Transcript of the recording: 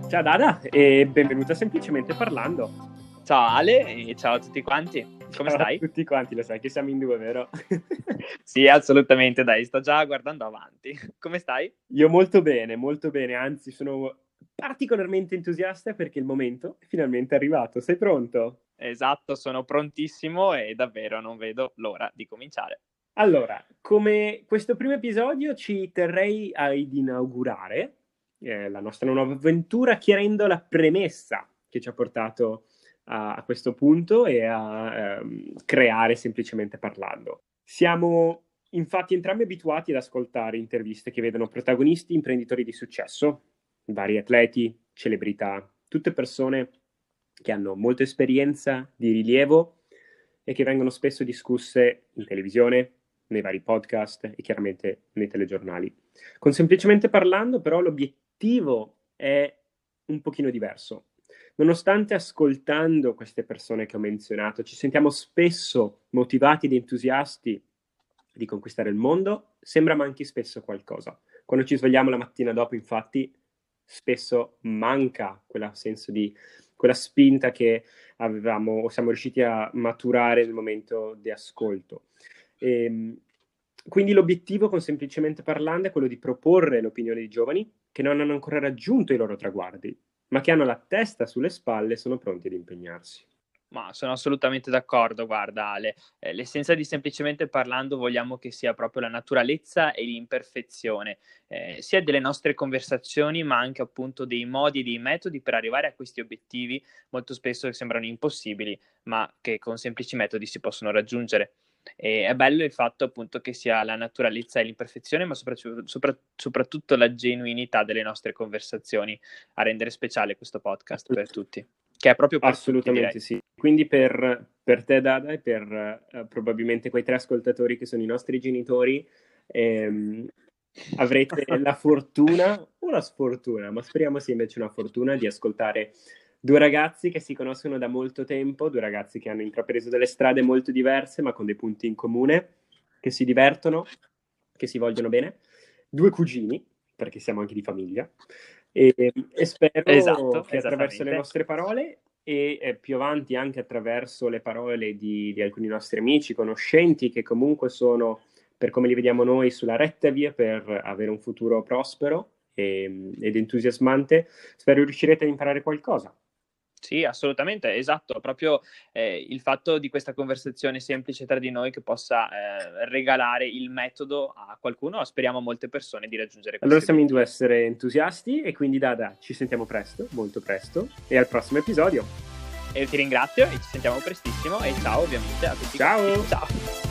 Ciao Dada e benvenuta a Semplicemente Parlando. Ciao Ale e ciao a tutti quanti, come Ciao a stai? tutti quanti, lo sai che siamo in due, vero? Sì, assolutamente, dai, sto già guardando avanti. Come stai? Io molto bene, anzi sono particolarmente entusiasta perché il momento è finalmente arrivato. Sei pronto? Esatto, sono prontissimo e davvero non vedo l'ora di cominciare. Allora, come questo primo episodio ci terrei ad inaugurare la nostra nuova avventura chiarendo la premessa che ci ha portato a questo punto e a creare Semplicemente Parlando. Siamo infatti entrambi abituati ad ascoltare interviste che vedono protagonisti imprenditori di successo, vari atleti, celebrità, tutte persone che hanno molta esperienza di rilievo e che vengono spesso discusse in televisione, nei vari podcast e chiaramente nei telegiornali. Con Semplicemente Parlando, però, l'obiettivo è un pochino diverso. Nonostante ascoltando queste persone che ho menzionato, ci sentiamo spesso motivati ed entusiasti di conquistare il mondo, sembra manchi spesso qualcosa. Quando ci svegliamo la mattina dopo, infatti, spesso manca quel senso di quella spinta che avevamo o siamo riusciti a maturare nel momento di ascolto. Quindi l'obiettivo con Semplicemente Parlando è quello di proporre l'opinione di giovani che non hanno ancora raggiunto i loro traguardi, ma che hanno la testa sulle spalle e sono pronti ad impegnarsi. Ma sono assolutamente d'accordo, guarda Ale, l'essenza di Semplicemente Parlando vogliamo che sia proprio la naturalezza e l'imperfezione, sia delle nostre conversazioni ma anche appunto dei modi e dei metodi per arrivare a questi obiettivi molto spesso che sembrano impossibili ma che con semplici metodi si possono raggiungere. E è bello il fatto appunto che sia la naturalezza e l'imperfezione ma soprattutto la genuinità delle nostre conversazioni a rendere speciale questo podcast per tutti. Che è proprio per tutti, direi. Assolutamente sì. Quindi per te, Dada, e per probabilmente quei 3 ascoltatori che sono i nostri genitori, avrete la fortuna o la sfortuna, ma speriamo sia invece una fortuna di ascoltare 2 ragazzi che si conoscono da molto tempo, 2 ragazzi che hanno intrapreso delle strade molto diverse, ma con dei punti in comune, che si divertono, che si vogliono bene, 2 cugini, perché siamo anche di famiglia, e spero Esatto, che attraverso le esattamente. nostre parole e più avanti anche attraverso le parole di alcuni nostri amici, conoscenti, che comunque sono, per come li vediamo noi, sulla retta via per avere un futuro prospero ed entusiasmante, spero riuscirete ad imparare qualcosa. Sì, assolutamente, esatto, proprio il fatto di questa conversazione semplice tra di noi che possa regalare il metodo a qualcuno, speriamo a molte persone di raggiungere Allora questi siamo in due a obiettivi. essere entusiasti e quindi Dada, ci sentiamo presto, molto presto, e al prossimo episodio. E ti ringrazio e ci sentiamo prestissimo e ciao ovviamente a tutti Ciao! quanti. Ciao!